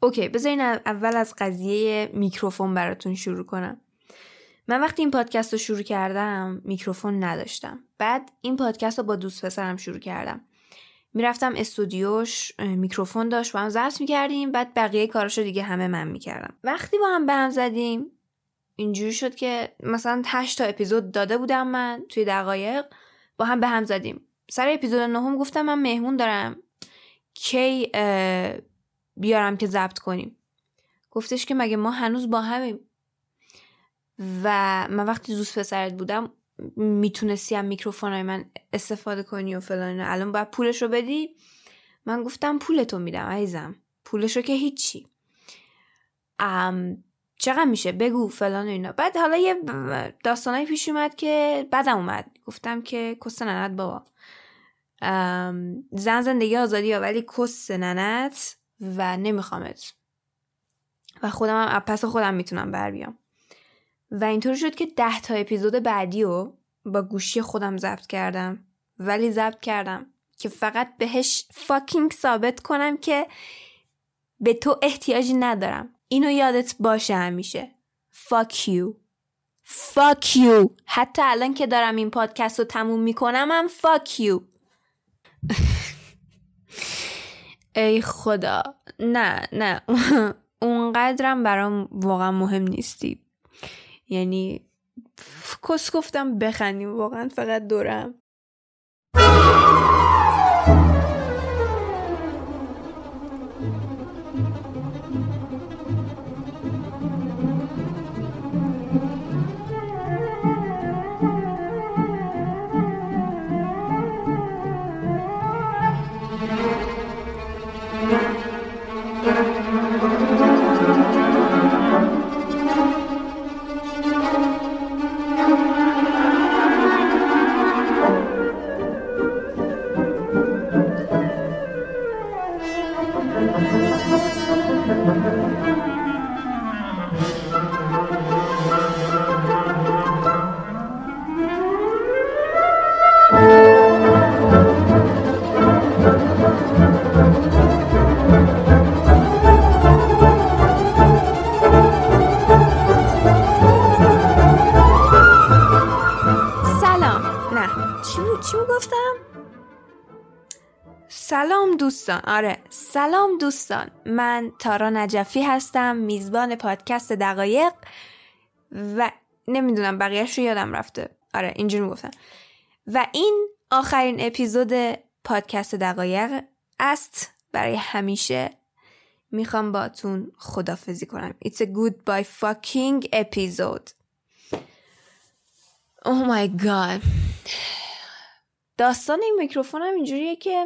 اوکی، بذارین اول از قضیه میکروفون براتون شروع کنم. من وقتی این پادکست رو شروع کردم میکروفون نداشتم. بعد این پادکست رو با دوست پسرم شروع کردم. میرفتم استودیوش، میکروفون داشت، با هم ضبط میکردیم. بعد بقیه کاراشو دیگه همه من میکردم. وقتی با هم به هم زدیم اینجوری شد که مثلا 8 تا اپیزود داده بودم من توی دقایق، با هم به هم زدیم. سر اپیزود 9 گفتم من مهمون دارم، کی بیارم که ضبط کنیم. گفتش که مگه ما هنوز با همیم؟ و من وقتی دوست پسرت بودم میتونستی هم میکروفونای من استفاده کنی و فلان، الان باید پولش رو بدی. من گفتم پولتو میدم عزیزم، پولش رو که هیچی، چقدر میشه بگو فلان و اینا. بعد حالا یه داستانایی پیش اومد که بعدم اومد گفتم که کس ننت بابا، زن زندگی آزادی ها، ولی کس ننت و نمیخوامت و خودم هم پس خودم میتونم بر بیام. و اینطور شد که 10 تا اپیزود بعدی رو با گوشی خودم ضبط کردم، ولی ضبط کردم که فقط بهش فاکینگ ثابت کنم که به تو احتیاجی ندارم. اینو یادت باشه همیشه. Fuck you. Fuck you. حتی الان که دارم این پادکست رو تموم میکنم هم fuck you. ای خدا، نه اونقدرم برام واقعا مهم نیستی. یعنی کس گفتم بخندیم واقعا فقط دورم. سلام دوستان، من تارا نجفی هستم، میزبان پادکست دقایق و نمیدونم بقیه‌اش رو یادم رفته. آره اینجوری میگفتم. و این آخرین اپیزود پادکست دقایق است برای همیشه. میخوام باتون خدافظی کنم. It's a goodbye fucking episode. Oh my god. داستان این میکروفون هم اینجوریه که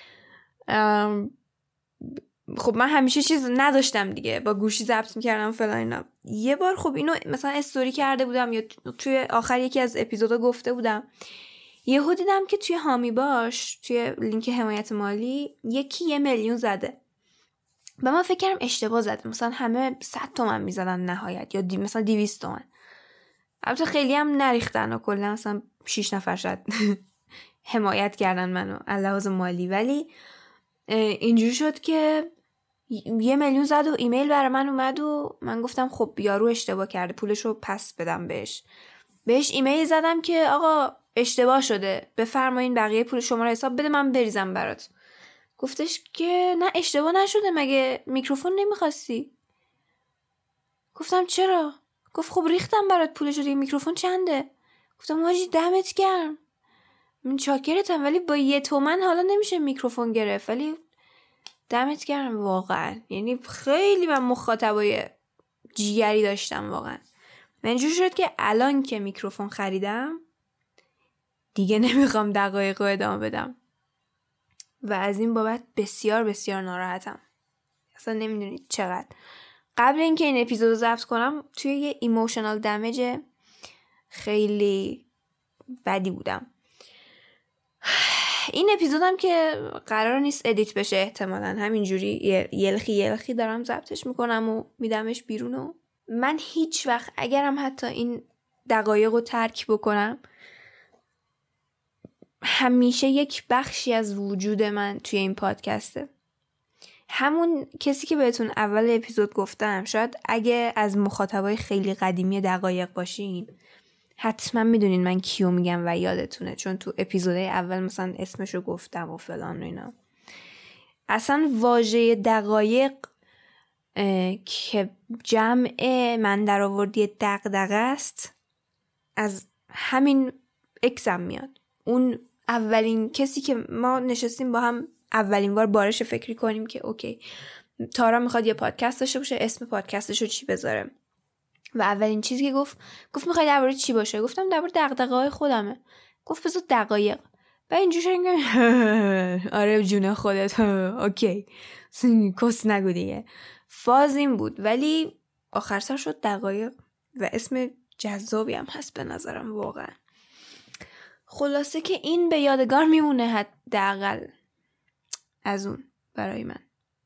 خب من همیشه چیز نداشتم دیگه، با گوشی ضبط میکردم فلان اینا. یه بار خب اینو مثلا استوری کرده بودم یا توی آخر یکی از اپیزودا گفته بودم، یهو دیدم که توی هامی باش توی لینک حمایت مالی یکی 1 میلیون زده و من فکر کردم اشتباه زده، مثلا همه 100 تومن میزدن نهایت یا مثلا 200 تومن. البته خیلی هم نریختن و کلا مثلا 6 نفر شد حمایت کردن منو علاوه مالی، ولی اینجوری شد که 1 میلیون زد و ایمیل برای من اومد و من گفتم خب یارو اشتباه کرده، پولشو پس بدم بهش ایمیل زدم که آقا اشتباه شده، بفرمایین بقیه پول شما رو حساب بده من بریزم برات. گفتش که نه اشتباه نشده، مگه میکروفون نمیخواستی؟ گفتم چرا؟ گفت خب ریختم برات پولشو دیگه، میکروفون چنده؟ گفتم حاجی دمت گرم، من چاکرتم، ولی با 1 تومن حالا نمیشه میکروفون گرفت، ولی دمت گرم واقعا. یعنی خیلی من مخاطبای جیگری داشتم واقعا. من اینجور شد که الان که میکروفون خریدم دیگه نمیخوام دقایق رو ادامه بدم و از این بابت بسیار بسیار ناراحتم. اصلا نمیدونید چقدر. قبل اینکه این اپیزودو ضبط کنم توی یه ایموشنال دمیج خیلی بدی بودم. این اپیزودم که قرار نیست ادیت بشه احتمالاً همینجوری یلخی دارم ضبطش میکنم و میدمش بیرون و من هیچ وقت اگرم حتی این دقایق رو ترک بکنم همیشه یک بخشی از وجود من توی این پادکسته. همون کسی که بهتون اول اپیزود گفتم، شاید اگه از مخاطبای خیلی قدیمی دقایق باشین حتما میدونین من کیو میگم و یادتونه، چون تو اپیزودهای اول مثلا اسمشو گفتم و فلان و اینا. اصلا واژه دقایق که جمع من در آوردی دغدغه است، از همین اکسم میاد. اون اولین کسی که ما نشستیم با هم اولین بار بارش فکری کنیم که اوکی تارا میخواد یه پادکست داشته باشه، اسم پادکستشو چی بذاره؟ و اولین چیزی که گفت میخوای درباره چی باشه؟ گفتم درباره دغدغه‌های خودمه. گفت بذار دقایق. و اینجوری شدم آره جون خودت اوکی کس نگو دیگه. فاز این بود، ولی آخر سر شد دقایق و اسم جذابی هم هست به نظرم واقعا. خلاصه که این به یادگار میمونه حداقل از اون برای من.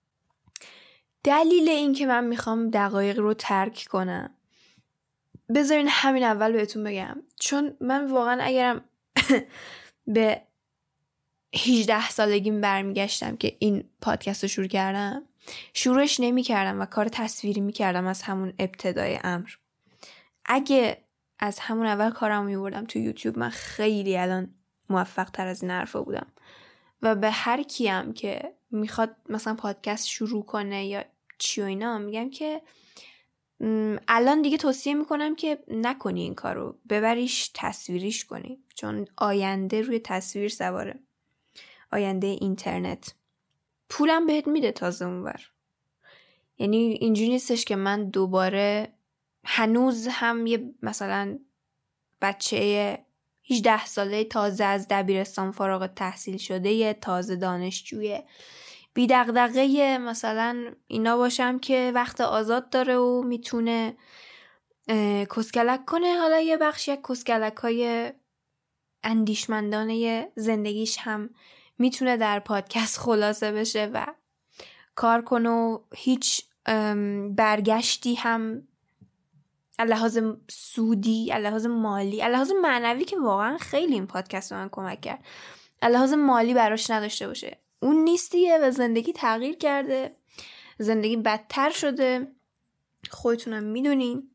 دلیل این که من میخوام دقایق رو ترک کنم، بذارین همین اول بهتون بگم، چون من واقعا اگرم به 18 سالگیم برمیگشتم که این پادکست رو شروع کردم، شروعش نمی کردم و کار تصویری می کردم از همون ابتدای امر. اگه از همون اول کارم می بردم تو یوتیوب، من خیلی الان موفق تر از این حرفا بودم. و به هر کیم که میخواد مثلا پادکست شروع کنه یا چی و اینا میگم که الان دیگه توصیه میکنم که نکنی این کارو، ببریش تصویریش کنی، چون آینده روی تصویر سواره، آینده اینترنت. پولم بهت میده تازه اونور. یعنی اینجوری نیستش که من دوباره هنوز هم یه مثلا بچه 18 ساله تازه از دبیرستان فارغ التحصیل شده، یه تازه دانشجوی بی دغدغه مثلا اینا باشم که وقت آزاد داره و میتونه کسکلک کنه. حالا یه بخش یک کسکلک های اندیشمندانه زندگیش هم میتونه در پادکست خلاصه بشه و کار کنه و هیچ برگشتی هم لحاظ سودی، لحاظ مالی، لحاظ معنوی که واقعا خیلی این پادکست رو من کمک کرد، لحاظ مالی براش نداشته باشه. اون نیستیه و زندگی تغییر کرده، زندگی بدتر شده، خودتونم میدونین.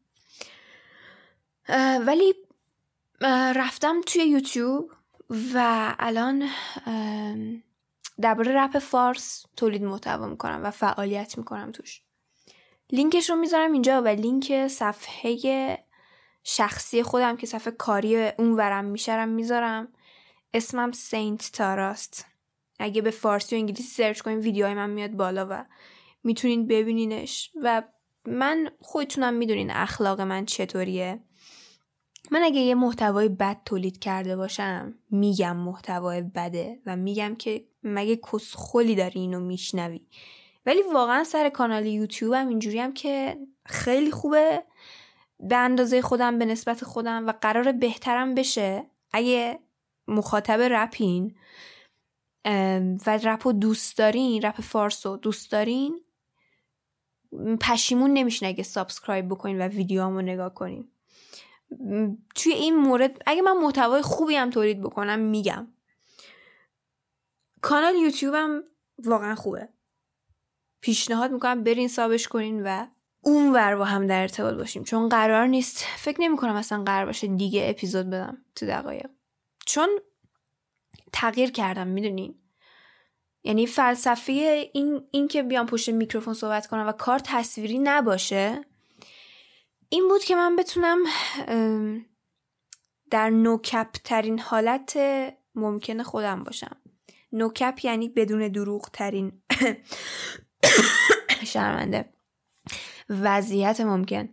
ولی رفتم توی یوتیوب و الان درباره رپ فارس تولید محتوا میکنم و فعالیت میکنم توش. لینکش رو میذارم اینجا و لینک صفحه شخصی خودم که صفحه کاری اون ورم میشرم میذارم. اسمم سینت تاراست. اگه به فارسی و انگلیسی سرچ کنین ویدیوهای من میاد بالا و میتونین ببینینش. و من خودتونم میدونین اخلاق من چطوریه. من اگه یه محتوای بد تولید کرده باشم میگم محتوای بده و میگم که مگه کسخلی داری اینو میشنوی. ولی واقعا سر کانال یوتیوبم اینجوریم که خیلی خوبه به اندازه خودم، به نسبت خودم، و قراره بهترم بشه. اگه مخاطب رپین و رپو دوست دارین، رپ فارسو دوست دارین، پشیمون نمیشین اگه سابسکرایب بکنین و ویدیوامو نگاه کنین. توی این مورد اگه من محتوای خوبی هم تولید بکنم میگم. کانال یوتیوبم واقعا خوبه، پیشنهاد میکنم برین سابش کنین و اون ور با هم در ارتباط باشیم، چون قرار نیست، فکر نمی کنم اصلا قرار باشه دیگه اپیزود بدم تو دقایق، چون تغییر کردم. میدونین یعنی فلسفه این که بیام پشت میکروفون صحبت کنم و کار تصویری نباشه این بود که من بتونم در نوکپ ترین حالت ممکن خودم باشم. نوکپ یعنی بدون دروغ ترین شرمنده وضعیت ممکن.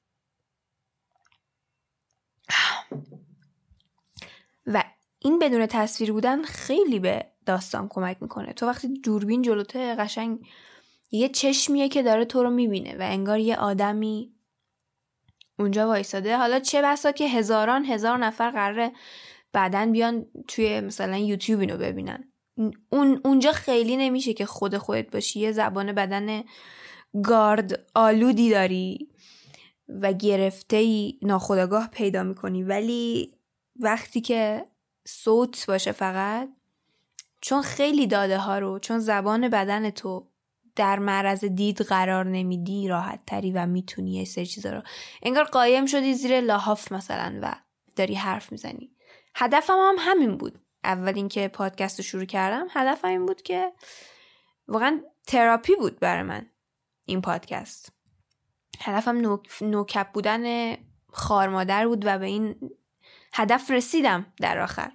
و این بدون تصویر بودن خیلی به داستان کمک میکنه. تو وقتی دوربین جلوته قشنگ یه چشمیه که داره تو رو میبینه و انگار یه آدمی اونجا وایساده. حالا چه بسا که هزار نفر قراره بعدن بیان توی مثلا یوتیوب اینو ببینن. اونجا خیلی نمیشه که خودت باشی، یه زبان بدن گارد آلودی داری و گرفته‌ای ناخودآگاه پیدا میکنی. ولی وقتی که صوت باشه فقط، چون خیلی داده ها رو، چون زبان بدن تو در معرض دید قرار نمیدی راحت تری و میتونی یه سری چیزا رو انگار قایم شدی زیر لحاف مثلا و داری حرف میزنی. هدفم هم همین بود. اول اینکه پادکست رو شروع کردم هدفم این بود که واقعا تراپی بود برای من این پادکست. هدفم نوکپ بودن خارمادر بود و به این هدف رسیدم در آخر.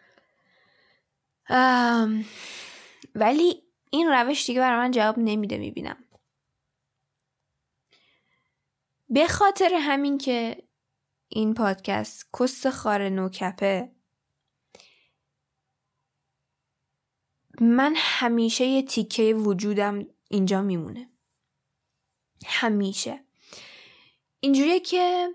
ولی این روش دیگه برای من جواب نمیده میبینم. به خاطر همین که این پادکست کس خار نوکپه، من همیشه یه تیکه وجودم اینجا میمونه. همیشه اینجوریه که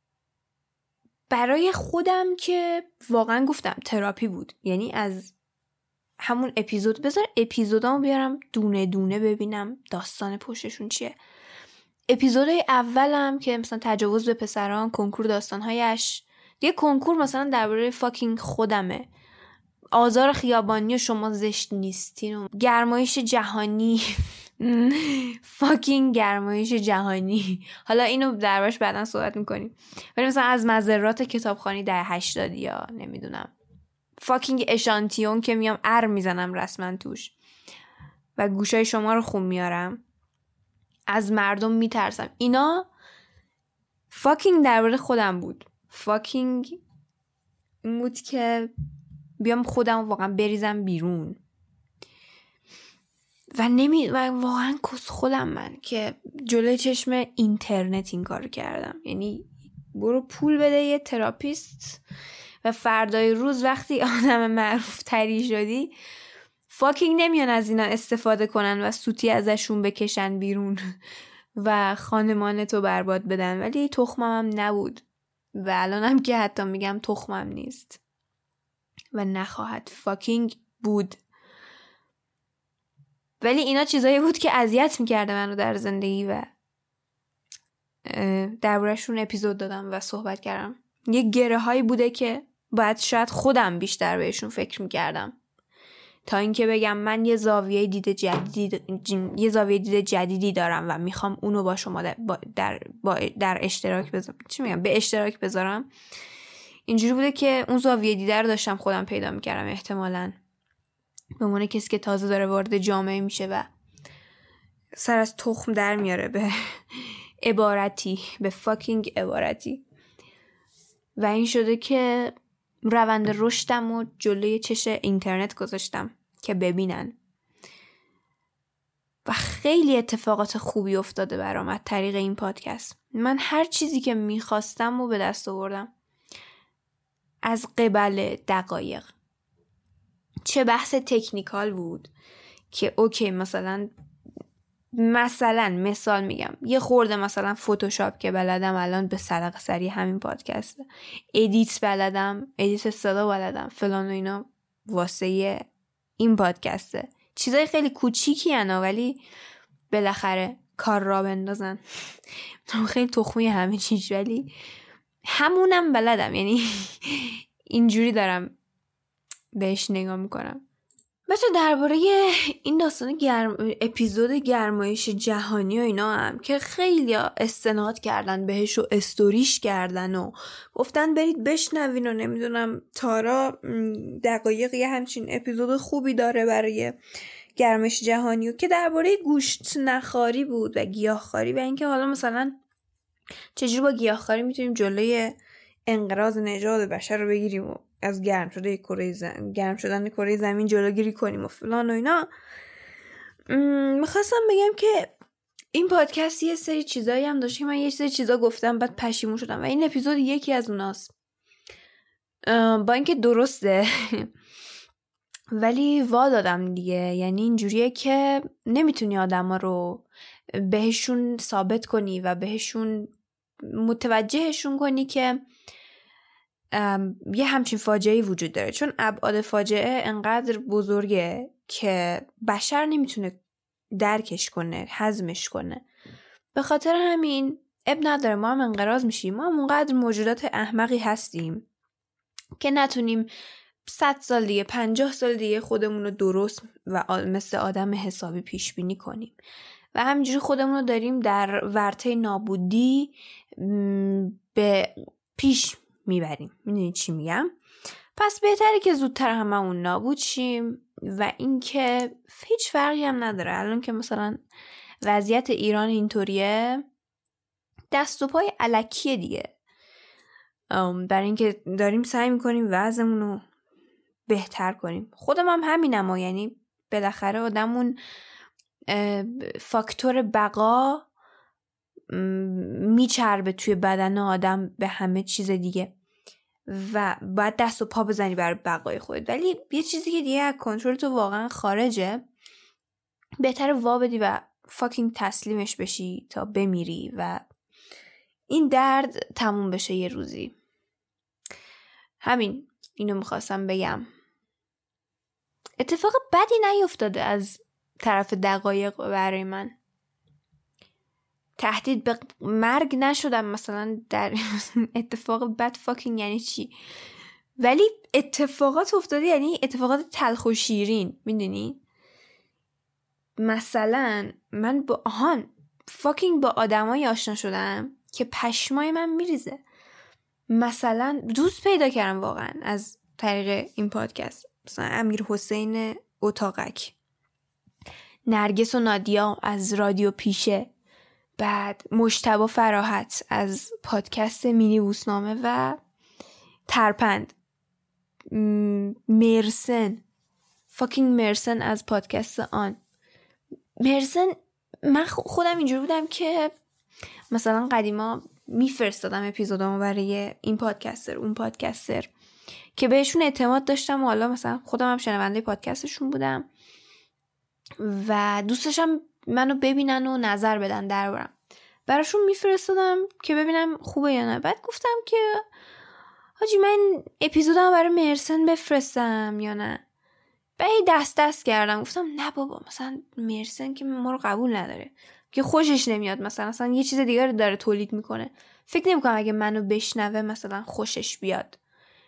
برای خودم که واقعا گفتم تراپی بود. یعنی از همون اپیزود بذار اپیزودامو بیارم دونه دونه ببینم داستان پشتشون چیه. اپیزودهای اولم که مثلا تجاوز به پسران، کنکور داستانهایش، یه کنکور مثلا درباره فاکینگ خودمه، آزار خیابانی و شما زشت نیستین و گرمایش جهانی فاکینگ گرمایش جهانی. حالا اینو دربارش بعداً صحبت میکنیم. ولی مثلا از مضرات کتابخوانی در 80 یا نمیدونم فاکینگ اشانتیون که میام میزنم رسما توش و گوشای شما رو خون میارم، از مردم میترسم، اینا فاکینگ درباره خودم بود. فاکینگ این بود که بیام خودم واقعا بریزم بیرون و واقعا کس خودم من که جلوی چشم اینترنت این کار کردم. یعنی برو پول بده یه تراپیست و فردای روز وقتی آدم معروف تری شدی فاکینگ نمیان از اینا استفاده کنن و سوتی ازشون بکشن بیرون و خانمانتو برباد بدن. ولی تخمم هم نبود و الانم که حتی میگم تخمم نیست و نخواهد. فاکینگ بود. ولی اینا چیزایی بود که اذیت میکرده منو در زندگی و درباره‌شون اپیزود دادم و صحبت کردم. یه گره هایی بوده که باید شاید خودم بیشتر بهشون فکر میکردم تا اینکه بگم من یه زاویه دید جدیدی دارم و میخوام اونو با شما در اشتراک بذارم. چی میگم؟ به اشتراک بذارم. اینجوری بوده که اون زاویه دیده رو داشتم خودم پیدا میکردم، احتمالاً به عنوان کسی که تازه داره وارد جامعه میشه و سر از تخم در میاره به عبارتی، به فاکینگ عبارتی. و این شده که روند رشدم و جلوی چش اینترنت گذاشتم که ببینن و خیلی اتفاقات خوبی افتاده برام از طریق این پادکست. من هر چیزی که میخواستم و به دست آوردم از قبل دقایق. چه بحث تکنیکال بود که اوکی مثلا مثال میگم یه خورده مثلا فتوشاپ که بلدم الان به صدقه سری همین پادکسته، ادیت بلدم، ادیت صدا بلدم، فلان و اینا واسه این پادکسته. چیزای خیلی کوچیکی هستن ولی بالاخره کار را بندازن. خیلی تخمی همه چیز ولی همونم بلدم. یعنی اینجوری دارم بهش نگاه میکنم. بچه درباره این داستان اپیزود گرمایش جهانی و اینا هم که خیلی استناد کردن بهش و استوریش کردن و گفتن برید بشنوین و نمیدونم تارا دقایق یه همچین اپیزود خوبی داره برای گرمایش جهانی و که درباره گوشت نخاری بود و گیاهخواری و اینکه حالا مثلا چجوری با گیاهخواری میتونیم جلوی انقراض نژاد بشر رو بگیریم و از گرم شدن کره زمین جلوگیری کنیم و فلان و اینا. میخواستم بگم که این پادکست یه سری چیزایی هم داشت که من یه سری چیزا گفتم بعد پشیمون شدم و این اپیزود یکی از اوناست. با اینکه درسته ولی وا دادم دیگه. یعنی اینجوریه که نمیتونی آدما رو بهشون ثابت کنی و بهشون متوجهشون کنی که یه همچین فاجعه‌ای وجود داره، چون ابعاد فاجعه انقدر بزرگه که بشر نمیتونه درکش کنه، هضمش کنه. به خاطر همین اب نداره ما هم انقراض میشیم. ما هم اونقدر موجودات احمقی هستیم که نتونیم 100 سال دیگه 50 سال دیگه خودمون رو درست و مثل آدم حسابی پیش بینی کنیم و همینجوری خودمون رو داریم در ورطه نابودی به پیش میبریم. میدونید چی میگم؟ پس بهتره که زودتر هممون نابود شیم و اینکه هیچ فرقی هم نداره. الان که مثلا وضعیت ایران اینطوریه، دست و پای الکیه دیگه، برای اینکه داریم سعی میکنیم وضعمون رو بهتر کنیم. خودم هم همینم، یعنی بالاخره آدمون فاکتور بقا میچربه توی بدن آدم به همه چیز دیگه و باید دست و پا بزنی برای بقای خودت. ولی یه چیزی که دیگه از کنترل تو واقعا خارجه، بهتره وا بدی و فاکینگ تسلیمش بشی تا بمیری و این درد تموم بشه یه روزی. همین، اینو میخواستم بگم. اتفاق بدی نیفتاده از طرف دقایق برای من. تهدید به مرگ نشدم مثلا در اتفاق بد فاکینگ یعنی چی؟ ولی اتفاقات افتاده، یعنی اتفاقات تلخ و شیرین. میدونی؟ مثلا من با فاکینگ با آدمایی آشنا شدم که پشمای من میریزه. مثلا دوست پیدا کردم واقعا از طریق این پادکست، مثلا امیر حسین اتاقک، نرگس و نادیا از رادیو پیشه، بعد مجتبی فراحت از پادکست مینی بوسنامه و ترپند، مرسن، فاکینگ مرسن از پادکست آن. مرسن، من خودم اینجوری بودم که مثلا قدیما میفرستادم اپیزودامو برای این پادکستر اون پادکستر که بهشون اعتماد داشتم و حالا مثلا خودم هم شنونده پادکستشون بودم و دوست داشتم منو ببینن و نظر بدن دربارم. براشون میفرستادم که ببینم خوبه یا نه. بعد گفتم که حاجی من اپیزودم برای مرسن بفرستم یا نه. بعد دست کردم، گفتم نه بابا، مثلا مرسن که ما رو قبول نداره، که خوشش نمیاد، مثلا یه چیز دیگه رو داره تولید میکنه. فکر نمیکنم اگه منو بشنوه مثلا خوشش بیاد.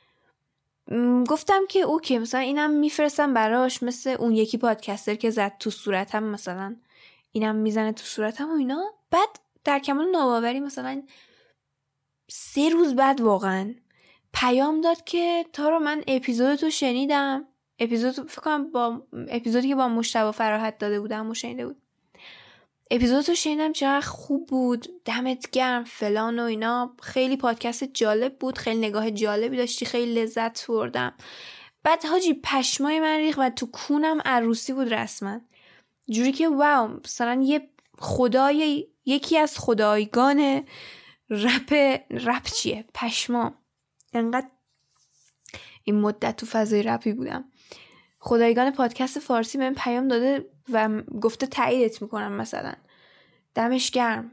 گفتم که اوکی، مثلا اینم میفرستم براش، مثل اون یکی پادکستر که زد تو صورتم، مثلا اینم میزنه تو صورتم و اینا. بعد در کمال ناباوری مثلا 3 روز بعد واقعا پیام داد که تارا من اپیزودتو شنیدم، فکر کنم با اپیزودی که با مجتبی فراحت داده بودم و شنیده بود، اپیزودتو شنیدم، چقدر خوب بود، دمت گرم فلان و اینا، خیلی پادکست جالب بود، خیلی نگاه جالبی داشتی، خیلی لذت بردم. بعد حاجی پشمای من ریخت و تو کونم عروسی بود رسما، جوری که واو، مثلا یکی از خدایگان رپ چیه پشما. انقدر این مدت تو فضای رپی بودم، خدایگان پادکست فارسی بهم پیام داده و گفته تاییدت میکنم، مثلا دمش گرم،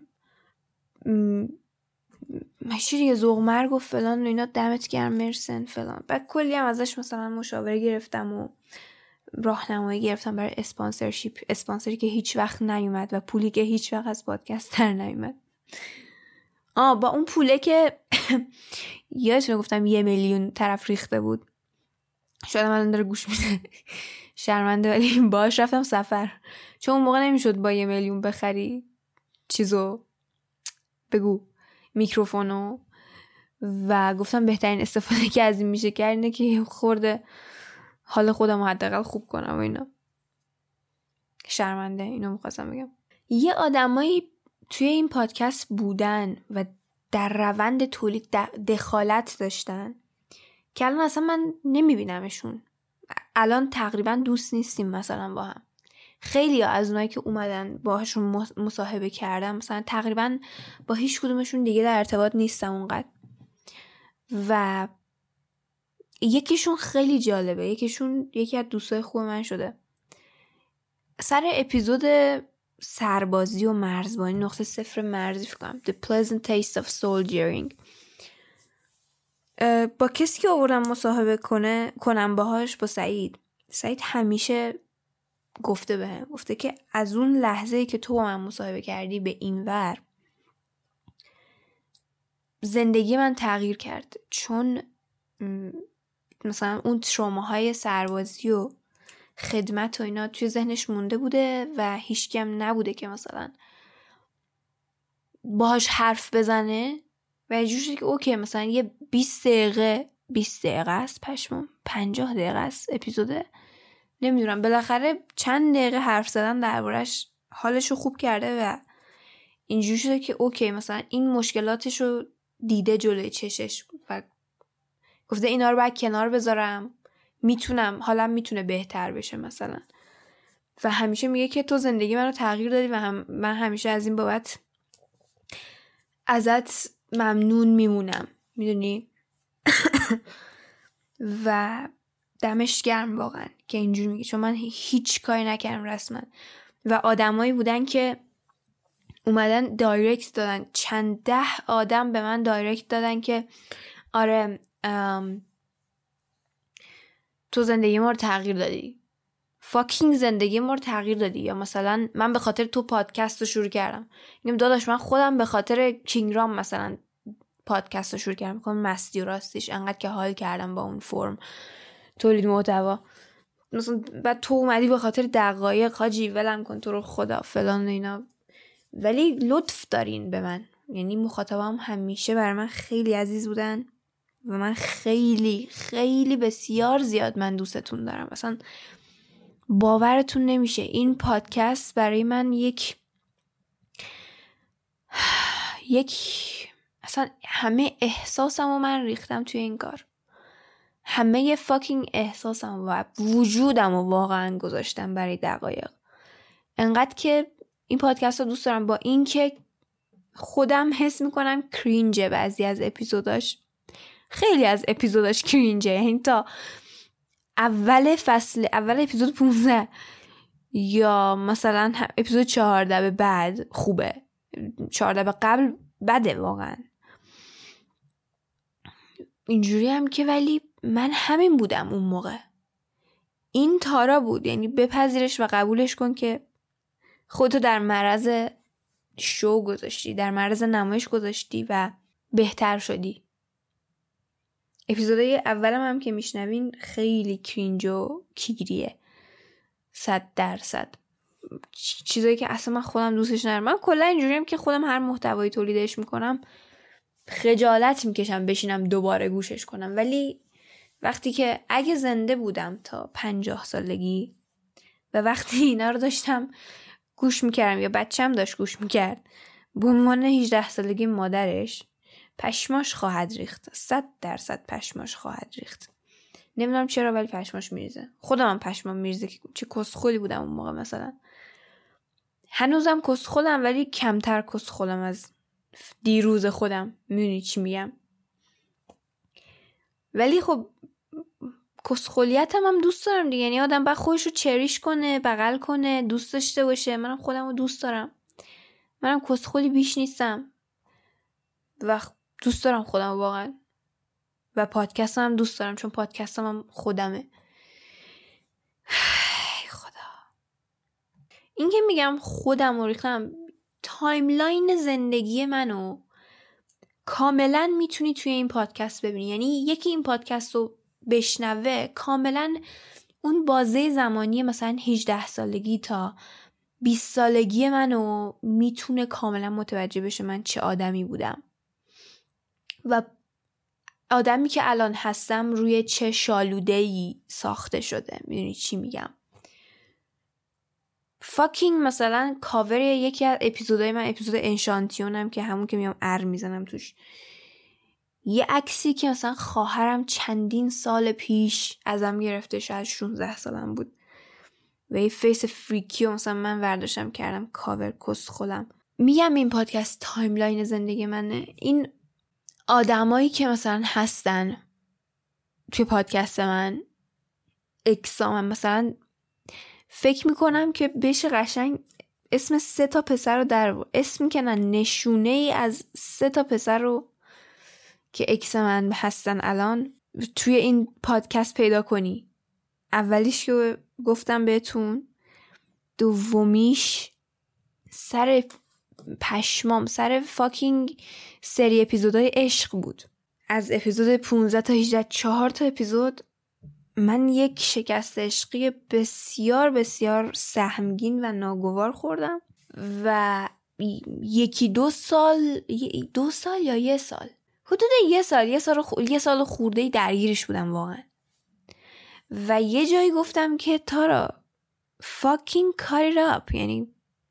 ماشی دیگه ذوق مرگ و فلان و اینا، دمت گرم مرسن فلان. بعد کلی هم ازش مثلا مشاوره گرفتم و راهنمایی گرفتم برای اسپانسری که هیچ وقت نیومد و پولی که هیچ وقت از پادکست در نیومد. با اون پوله که یادتونه گفتم 1 میلیون طرف ریخته بود، شاید من داره گوش میده شرمنده، ولی باهاش رفتم سفر، چون اون موقع نمیشد با 1 میلیون بخری چیزو، بگو میکروفونو، و گفتم بهترین استفاده که از این میشه کرد اینه که خورده حال خودم حداقل خوب کنم و اینا. شرمنده، اینو می‌خواستم بگم. یه آدمایی توی این پادکست بودن و در روند تولید دخالت داشتن که الان اصلا من نمیبینمشون. الان تقریبا دوست نیستیم مثلا با هم. خیلی ها از اونایی که اومدن باهاشون مصاحبه کردم مثلا تقریبا با هیچ کدومشون دیگه در ارتباط نیستم اونقدر. و یکیشون خیلی جالبه، یکی از دوستای خوب من شده. سر اپیزود سربازی و مرزبانی .0 مرزی فکرم The Pleasant Taste of Soldiering، با کسی که آوردم مصاحبه کنم باهاش، با سعید همیشه گفته که از اون لحظه‌ای که تو با من مصاحبه کردی به این ور زندگی من تغییر کرد، چون مثلا اون تروماهای سربازی و خدمت و اینا توی ذهنش مونده بوده و هیچکی هم نبوده که مثلا باهاش حرف بزنه و یه جوری که اوکی مثلا یه 20 دقیقه است، پشمام 50 دقیقه است اپیزوده، نمیدونم، بالاخره چند دقیقه حرف زدن دربارش حالشو خوب کرده و اینجوری شده که اوکی مثلا این مشکلاتشو دیده جلوی چشش و گفته اینا رو باید کنار بذارم، میتونم، حالم میتونه بهتر بشه مثلا. و همیشه میگه که تو زندگی منو تغییر دادی و من همیشه از این بابت ازت ممنون میمونم، میدونی. و دمش گرم واقعا که اینجوری میگه، چون من هیچ کاری نکردم رسما و آدمایی بودن که اومدن دایرکت دادن، چند 10 آدم به من دایرکت دادن که آره تو زندگی ما رو تغییر دادی، فاکینگ زندگی ما رو تغییر دادی. یا مثلا من به خاطر تو پادکست رو شروع کردم. میگم داداش من خودم به خاطر کینگرام مثلا پادکست رو شروع کردم، میگم مستی و راستیش انقدر که حال کردم با اون فرم تولید محتوا، مثلا بعد تو اومدی به خاطر دقایق حاجی ولم کن تو رو خدا فلان اینا. ولی لطف دارین به من، یعنی مخاطبام همیشه برای من خیلی عزیز بودن و من خیلی خیلی بسیار زیاد من دوستتون دارم. مثلا باورتون نمیشه این پادکست برای من یک اصلا همه احساسمو من ریختم توی این کار، همه فاکینگ احساسم و وجودمو واقعا گذاشتم برای دقایق. انقدر که این پادکست رو دوست دارم، با این که خودم حس میکنم کرینجه بعضی از اپیزوداش، خیلی از اپیزوداش کرینجه، یعنی تا اول اپیزود 15 یا مثلا اپیزود 14 به بعد خوبه، 14 به قبل بده واقعا. اینجوری هم که ولی من همین بودم اون موقع، این تارا بود، یعنی بپذیرش و قبولش کن که خودتو در معرض شو گذاشتی، در معرض نمایش گذاشتی و بهتر شدی. اپیزودهای اولم هم که میشنوین خیلی کرینج و کیگریه 100%، چیزایی که اصلا من خودم دوستش ندارم. من کلا اینجوریم که خودم هر محتوایی تولیدش میکنم خجالت میکشم بشینم دوباره گوشش کنم، ولی وقتی که اگه زنده بودم تا 50 سالگی و وقتی اینا رو داشتم گوش میکردم یا بچم داشت گوش میکرد، به عنوان 18 سالگی مادرش پشماش خواهد ریخت، 100% پشماش خواهد ریخت. نمیدونم چرا ولی پشماش میریزه. خودم هم پشمام میریزه که چه کسخلی بودم اون موقع. مثلا هنوزم کسخلم ولی کمتر کسخلم از دیروز خودم، میدونی چی میگم. ولی خب کسخلیتم هم دوست دارم دیگه، یعنی آدم باید خودش رو چریش کنه، بغل کنه، دوست داشته باشه. منم خودم رو دوست دارم، منم کسخلی بیش نیستم و دوست دارم خودم واقعا. و پادکستم هم دوست دارم چون پادکستم هم خودمه. خدا، این که میگم خودم رو ریختم، تایملاین زندگی منو کاملا میتونی توی این پادکست ببینی. یعنی یکی این پادکست رو بشنوه کاملا اون بازه زمانی مثلا 18 سالگی تا 20 سالگی منو میتونه کاملا متوجه بشه من چه آدمی بودم و آدمی که الان هستم روی چه شالوده‌ای ساخته شده. میدونی چی میگم؟ فاکینگ مثلا کاور یکی از اپیزودهای من، اپیزود انشانتیونم که همون که میام میزنم توش، یه عکسی که مثلا خواهرم چندین سال پیش ازم گرفته، شاید 16 سالم بود و یه فیس فریکی و مثلا من ورداشتم کردم کاور کسخلم. میگم این پادکست تایملاین زندگی منه. این آدمایی که مثلا هستن توی پادکست من اکسام، مثلا فکر میکنم که بشه قشنگ اسم 3 تا پسر رو در اسمی که نه نشونه ای از 3 تا پسر رو که اکس من هستن الان توی این پادکست پیدا کنی. اولیش که گفتم بهتون، دومیش سر پشمام سر فاکینگ سری اپیزودهای عشق بود. از اپیزود 15 تا 18 4 تا اپیزود من یک شکست عشقی بسیار بسیار سهمگین و ناگوار خوردم و یکی دو سال یا یه سال، حدود یه سال خورده‌ای درگیرش بودم واقعا. و یه جایی گفتم که تارا fucking cut it up، یعنی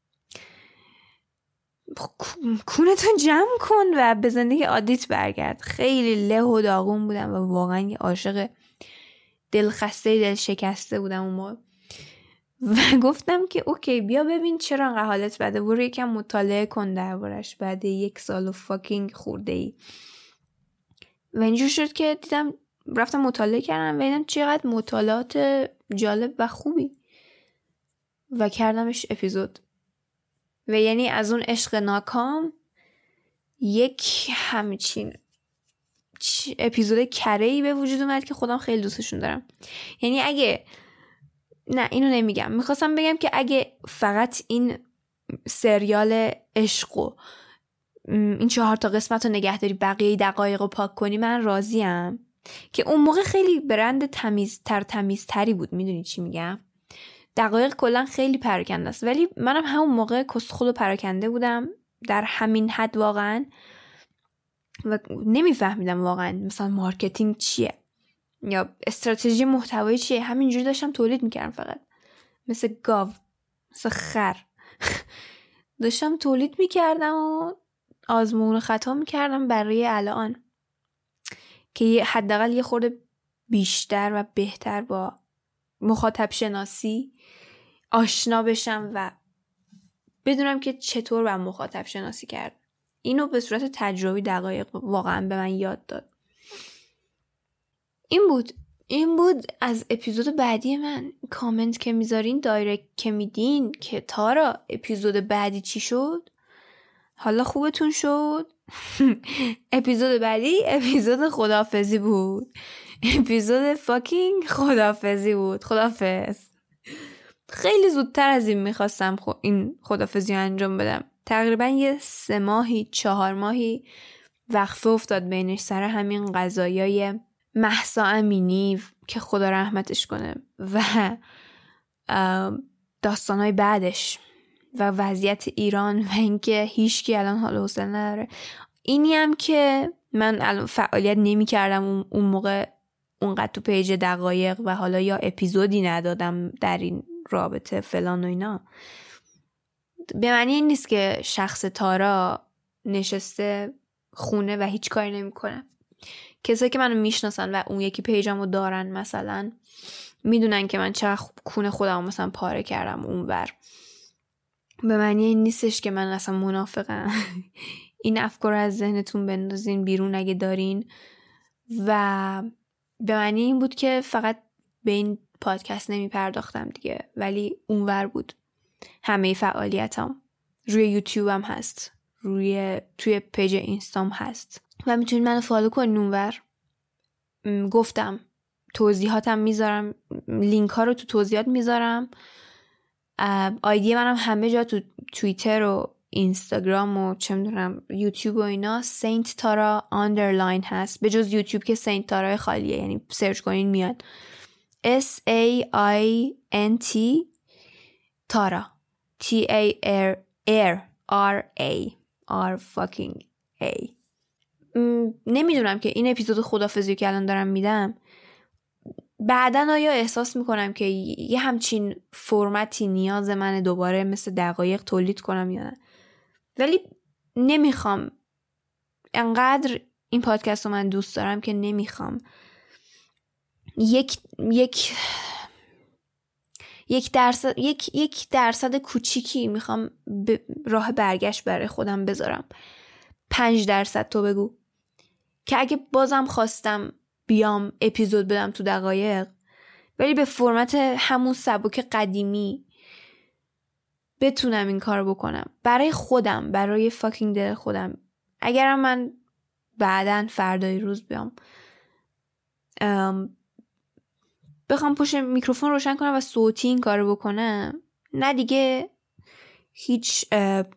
کونتو جمع کن و به زندگی عادیت برگرد. خیلی له و داغون بودم و واقعا یه عاشق دلخسته دل شکسته بودم اون موقع و گفتم که اوکی بیا ببین چرا انقدر حالت بده، برو یکم مطالعه کن دربارش بعد 1 سال و فاکینگ خورده ای. و اینجور شد که دیدم رفتم مطالعه کردم و دیدم چقدر مطالعات جالب و خوبی و کردمش اپیزود. و یعنی از اون عشق ناکام یک همچین اپیزود کره‌ای به وجود اومد که خودم خیلی دوستشون دارم. یعنی اگه نه اینو نمیگم، میخواستم بگم که اگه فقط این سریال عشق و این 4 قسمت رو نگه داری بقیه دقایق رو پاک کنی من راضیم. که اون موقع خیلی برند تمیزتری بود، میدونی چی میگم، دقایق کلا خیلی پراکنده است، ولی منم همون موقع کسخل و پراکنده بودم در همین حد واقعا و نمیفهمیدم واقعا مثلا مارکتینگ چیه یا استراتژی محتوایی چیه. همینجوری داشتم تولید میکردم فقط مثل گاو، مثل خر داشتم تولید میکردم و آزمون و خطا میکردم برای الان که حداقل یه خورده بیشتر و بهتر با مخاطب شناسی آشنا بشم و بدونم که چطور با مخاطب شناسی کرد. اینو به صورت تجربی دقایق واقعا به من یاد داد. این بود از اپیزود بعدی من. کامنت که میذارین، دایرکت که میدین که تارا اپیزود بعدی چی شد، حالا خوبتون شد؟ اپیزود بعدی اپیزود خداحافظی بود. اپیزود فاکینگ خداحافظی بود. خداحافظ. خیلی زودتر از این میخواستم این خداحافظی رو انجام بدم. تقریبا یه 3 ماهی 4 ماهی وقفه افتاد بینش سر همین قضایای مهسا امینی که خدا رحمتش کنه و داستانهای بعدش و وضعیت ایران و اینکه هیچکی الان حال و حوصله نداره. اینی هم که من الان فعالیت نمی کردم اون موقع اونقدر تو پیج دقایق و حالا یا اپیزودی ندادم در این رابطه فلان و اینا، به معنی این نیست که شخص تارا نشسته خونه و هیچ کاری نمی کنه. کسایی که منو میشناسن و اون یکی پیجمو دارن مثلا میدونن که من چقدر کونه خودم مثلا پاره کردم اونور. به معنی این نیستش که من اصلا منافقم. این افکار از ذهنتون بندازین بیرون اگه دارین. و به معنی این بود که فقط به این پادکست نمی پرداختم دیگه، ولی اونور بود همه فعالیتام. روی یوتیوب هم هست، توی پیج اینستام هست و میتونید منو فالو کنین اونور. گفتم توضیحاتم میذارم، لینک ها رو تو توضیحات میذارم. آیدی منم همه جا تو توییتر و اینستاگرام و چه میدونم یوتیوب و اینا سینت تارا آندرلاین هست، به جز یوتیوب که سینت تارا خالیه، یعنی سرچ کنین میاد SAINT تارا TARA نمیدونم که این اپیزود خدافظی که الان دارم میدم بعدن آیا احساس میکنم که یه همچین فرمتی نیاز منه دوباره مثل دقایق تولید کنم یا نه، ولی نمیخوام. انقدر این پادکست رو من دوست دارم که نمیخوام یک درصد کوچیکی میخوام راه برگشت برای خودم بذارم. 5% تو بگو که اگه بازم خواستم بیام اپیزود بدم تو دقایق، ولی به فرمت همون سبک قدیمی بتونم این کار بکنم برای خودم، برای فاکینگ دل خودم. اگرم من بعدن فردای روز بیام بخوام پشت میکروفون روشن کنم و صوتی این کار بکنم، نه دیگه هیچ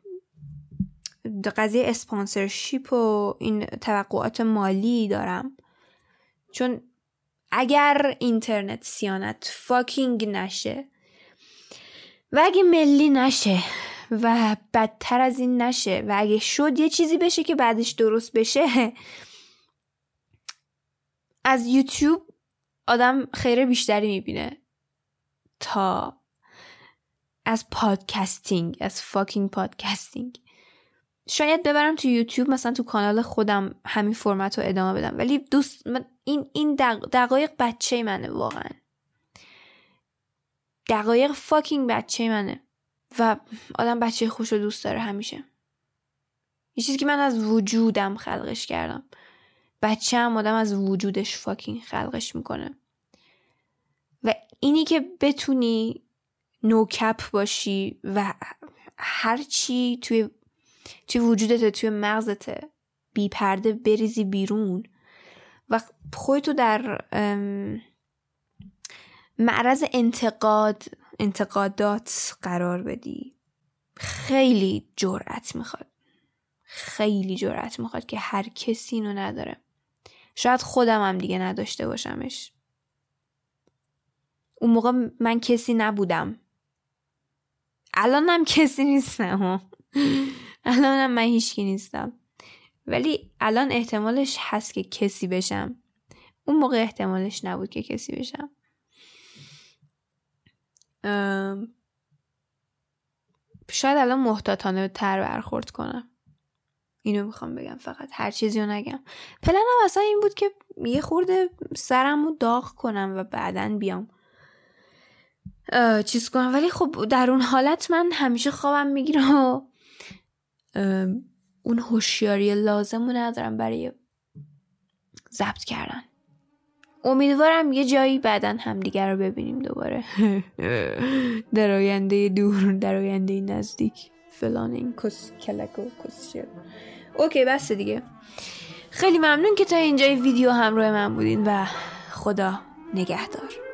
قضیه اسپانسرشیپ و این توقعات مالی دارم، چون اگر اینترنت صیانت فاکینگ نشه و اگه ملی نشه و بدتر از این نشه و اگه شد یه چیزی بشه که بعدش درست بشه، از یوتیوب آدم خیر بیشتری میبینه تا از پادکستینگ، از فاکینگ پادکستینگ. شاید ببرم تو یوتیوب، مثلا تو کانال خودم همین فرمت رو ادامه بدم، ولی این دقایق بچه منه، واقعا دقایق فاکینگ بچه منه و آدم بچه خوش رو دوست داره همیشه. یه چیزی که من از وجودم خلقش کردم، بچه هم آدم از وجودش فاکینگ خلقش میکنه. و اینی که بتونی نوکپ باشی و هر چی توی وجودت، توی مغزت بی پرده بریزی بیرون و خودتو در معرض انتقادات قرار بدی، خیلی جرأت میخواد، خیلی جرأت میخواد که هر کسی اینو نداره. شاید خودم هم دیگه نداشته باشمش. اون موقع من کسی نبودم، الانم کسی نیستم الانم من هیچکی نیستم، ولی الان احتمالش هست که کسی بشم. اون موقع احتمالش نبود که کسی بشم. شاید الان محتاطانه تر برخورد کنم. اینو میخوام بگم، فقط هر چیزی رو نگم. پلنم اصلا این بود که یه خورده سرمو داغ کنم و بعدن بیام چیز کنم، ولی خب در اون حالت من همیشه خوابم میگیره و اون هوشیاری لازمو ندارم برای ضبط کردن. امیدوارم یه جایی بعدن همدیگر رو ببینیم دوباره در آینده دور، در آینده نزدیک، فلان این کس کلک و کس شیر. اوکی بس دیگه. خیلی ممنون که تا اینجای ویدیو همراه من بودین و خدا نگهدار.